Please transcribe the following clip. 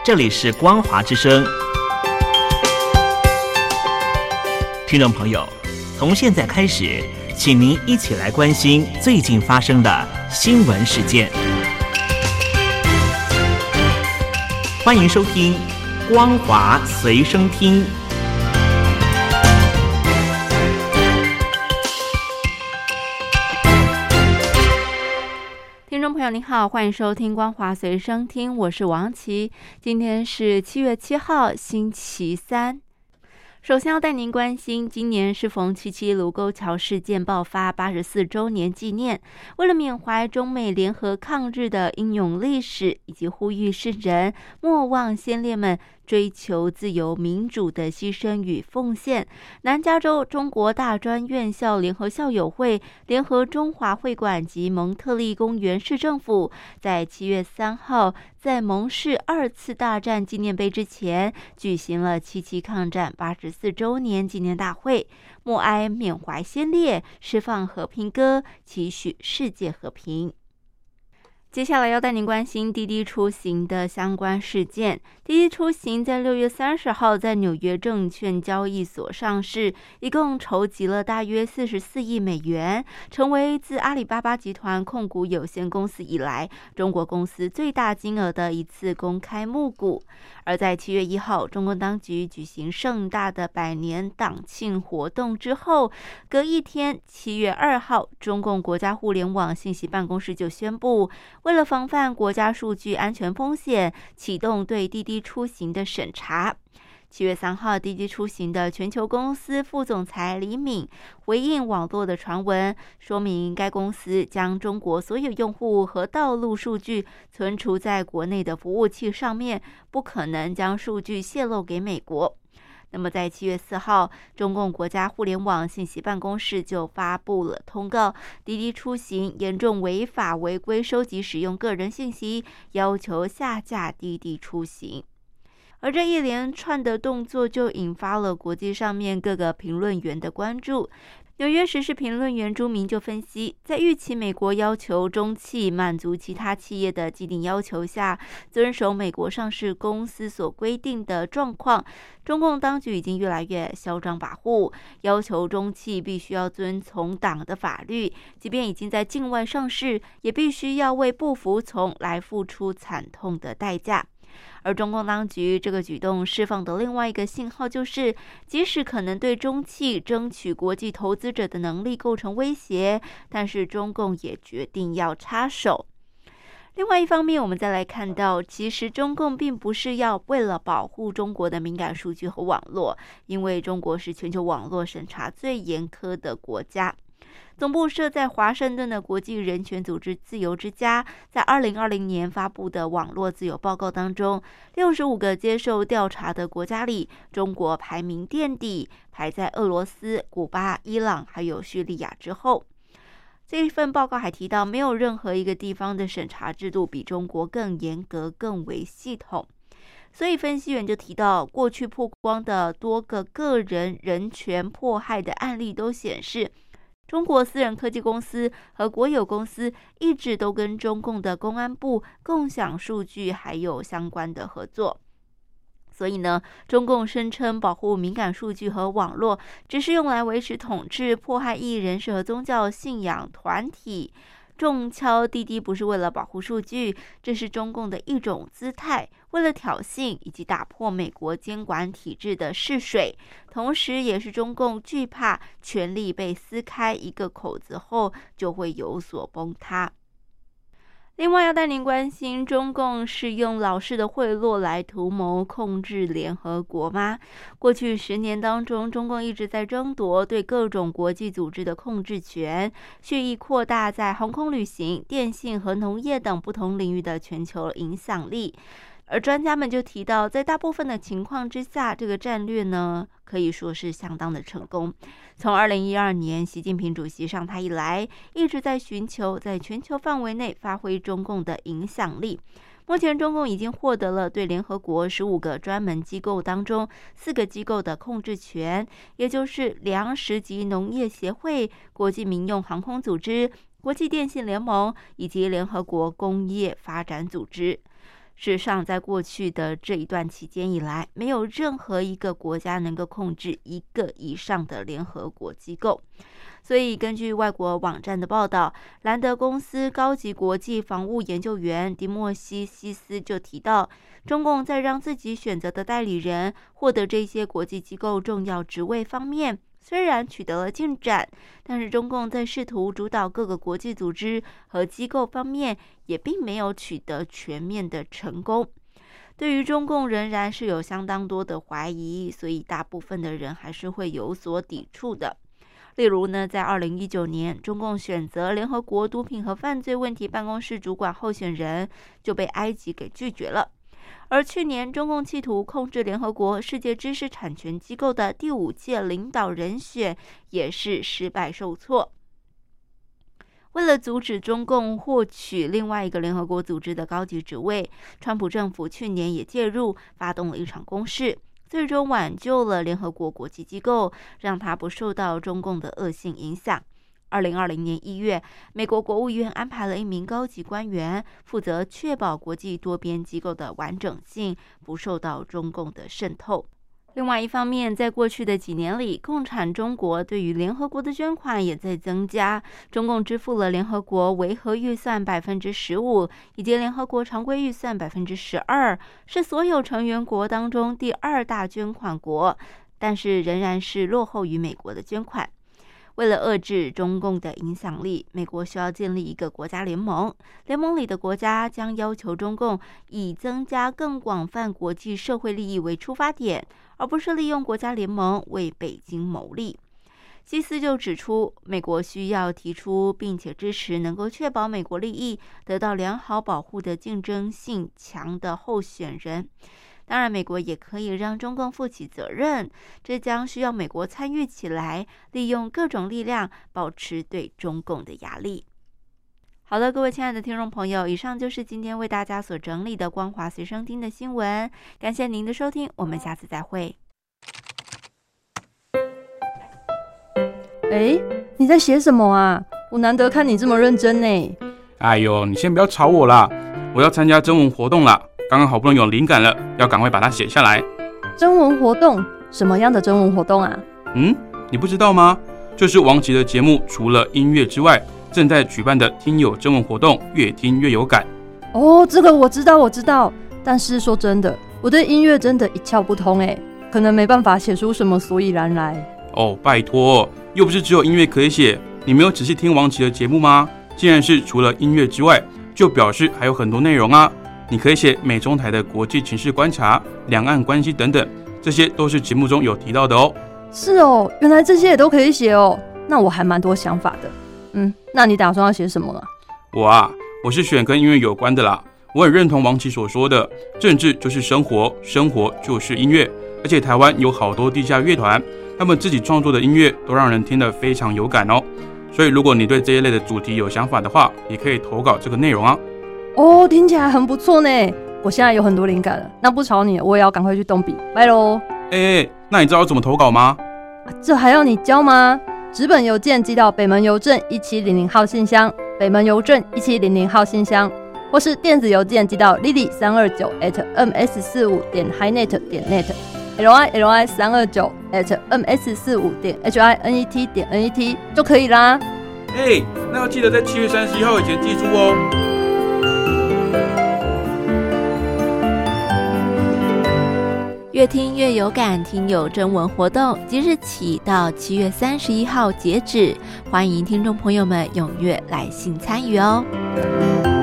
这里是光华之声。听众朋友，从现在开始，请您一起来关心最近发生的新闻事件。欢迎收听光华随身听。 听众朋友您好，欢迎收听光华随身听，我是王琦。今天是7月7号星期三。首先要带您关心，今年适逢7.7卢沟桥事件爆发84周年纪念，为了缅怀中美联合抗日的英勇历史，以及呼吁世人莫忘先烈们追求自由民主的牺牲与奉献，南加州中国大专院校联合校友会、联合中华会馆及蒙特利公园市政府在7月3号在蒙氏二次大战纪念碑之前举行了7.7抗战84周年纪念大会，默哀缅怀先烈，释放和平歌，期许世界和平。接下来要带您关心滴滴出行的相关事件。滴滴出行在6月30号在纽约证券交易所上市，一共筹集了大约44亿美元，成为自阿里巴巴集团控股有限公司以来中国公司最大金额的一次公开募股。而在7月1号，中共当局举行盛大的100年党庆活动之后，隔一天7月2号，中共国家互联网信息办公室就宣布，为了防范国家数据安全风险，启动对滴滴出行的审查。7月3号，滴滴出行的全球公司副总裁李敏回应网络的传闻，说明该公司将中国所有用户和道路数据存储在国内的服务器上面，不可能将数据泄露给美国。那么在7月4号，中共国家互联网信息办公室就发布了通告，滴滴出行严重违法违规收集使用个人信息，要求下架滴滴出行。而这一连串的动作就引发了国际上面各个评论员的关注。纽约时事评论员朱明就分析，在预期美国要求中企满足其他企业的既定要求下，遵守美国上市公司所规定的状况，中共当局已经越来越嚣张跋扈，要求中企必须要遵从党的法律，即便已经在境外上市，也必须要为不服从来付出惨痛的代价。而中共当局这个举动释放的另外一个信号就是，即使可能对中企争取国际投资者的能力构成威胁，但是中共也决定要插手。另外一方面，我们再来看到，其实中共并不是要为了保护中国的敏感数据和网络，因为中国是全球网络审查最严苛的国家。总部设在华盛顿的国际人权组织自由之家在2020年发布的网络自由报告当中，65个接受调查的国家里，中国排名垫底，排在俄罗斯、古巴、伊朗还有叙利亚之后。这份报告还提到，没有任何一个地方的审查制度比中国更严格、更为系统。所以分析员就提到，过去曝光的多个个人人权迫害的案例都显示，中国私人科技公司和国有公司一直都跟中共的公安部共享数据，还有相关的合作。所以呢，中共声称保护敏感数据和网络，只是用来维持统治、迫害异议人士和宗教信仰团体。重敲滴滴不是为了保护数据，这是中共的一种姿态，为了挑衅以及打破美国监管体制的试水，同时也是中共惧怕权力被撕开一个口子后就会有所崩塌。另外要带您关心，中共是用老式的贿赂来图谋控制联合国吗？过去10年当中，中共一直在争夺对各种国际组织的控制权，蓄意扩大在航空旅行、电信和农业等不同领域的全球影响力。而专家们就提到，在大部分的情况之下，这个战略呢可以说是相当的成功。从2012年习近平主席上台以来，一直在寻求在全球范围内发挥中共的影响力。目前中共已经获得了对联合国15个专门机构当中4个机构的控制权，也就是粮食及农业协会、国际民用航空组织、国际电信联盟以及联合国工业发展组织。 事实上，在过去的这一段期间以来，没有任何一个国家能够控制一个以上的联合国机构。所以根据外国网站的报道，兰德公司高级国际防务研究员迪莫西西斯就提到，中共在让自己选择的代理人获得这些国际机构重要职位方面虽然取得了进展，但是中共在试图主导各个国际组织和机构方面也并没有取得全面的成功。对于中共仍然是有相当多的怀疑，所以大部分的人还是会有所抵触的。例如呢，在2019年，中共选择联合国毒品和犯罪问题办公室主管候选人就被埃及给拒绝了。而去年，中共企图控制联合国世界知识产权机构的第5届领导人选也是失败受挫。为了阻止中共获取另外一个联合国组织的高级职位，川普政府去年也介入，发动了一场攻势，最终挽救了联合国国际机构，让它不受到中共的恶性影响。2020年1月，美国国务院安排了一名高级官员，负责确保国际多边机构的完整性，不受到中共的渗透。另外一方面，在过去的几年里，共产中国对于联合国的捐款也在增加。中共支付了联合国维和预算 15%， 以及联合国常规预算 12%， 是所有成员国当中第2大捐款国，但是仍然是落后于美国的捐款。为了遏制中共的影响力，美国需要建立一个国家联盟，联盟里的国家将要求中共以增加更广泛国际社会利益为出发点，而不是利用国家联盟为北京谋利。西斯就指出，美国需要提出并且支持能够确保美国利益得到良好保护的竞争性强的候选人。当然，美国也可以让中共负起责任，这将需要美国参与起来，利用各种力量保持对中共的压力。好的，各位亲爱的听众朋友，以上就是今天为大家所整理的光华随身听的新闻，感谢您的收听，我们下次再会。 你在写什么啊？我难得看你这么认真呢。 哎呦，你先不要吵我啦，我要参加征文活动啦，刚刚好不容易有灵感了，要赶快把它写下来。 征文活动？什么样的征文活动啊？ 你不知道吗？就是王琦的节目除了音乐之外，正在举办的听友征文活动，越听越有感。 哦，这个我知道，但是说真的，我对音乐真的一窍不通可能没办法写出什么所以然来。 哦，拜托，又不是只有音乐可以写，你没有仔细听王琦的节目吗？既然是除了音乐之外，就表示还有很多内容啊。你可以写美中台的国际情势观察、两岸关系等等，这些都是节目中有提到的哦。 是哦，原来这些也都可以写哦，那我还蛮多想法的。那你打算要写什么呢？ 我是选跟音乐有关的啦。我很认同王琦所说的，政治就是生活，生活就是音乐。而且台湾有好多地下乐团，他们自己创作的音乐都让人听得非常有感哦。所以如果你对这一类的主题有想法的话，也可以投稿这个内容啊。 哦，听起来很不错呢。我现在有很多灵感了，那不吵你了，我也要赶快去动笔，拜喽。 那你知道怎么投稿吗？ 这还要你教吗？纸本邮件寄到北门邮政1700号信箱，北门邮政1700号信箱，或是电子邮件寄到 lily329@ms45.hinet.net lily329@ms45.hinet.net 就可以啦。 那要记得在7月31号以前寄出哦。 越听越有感，听友征文活动即日起到7月31号截止，欢迎听众朋友们踊跃来信参与哦。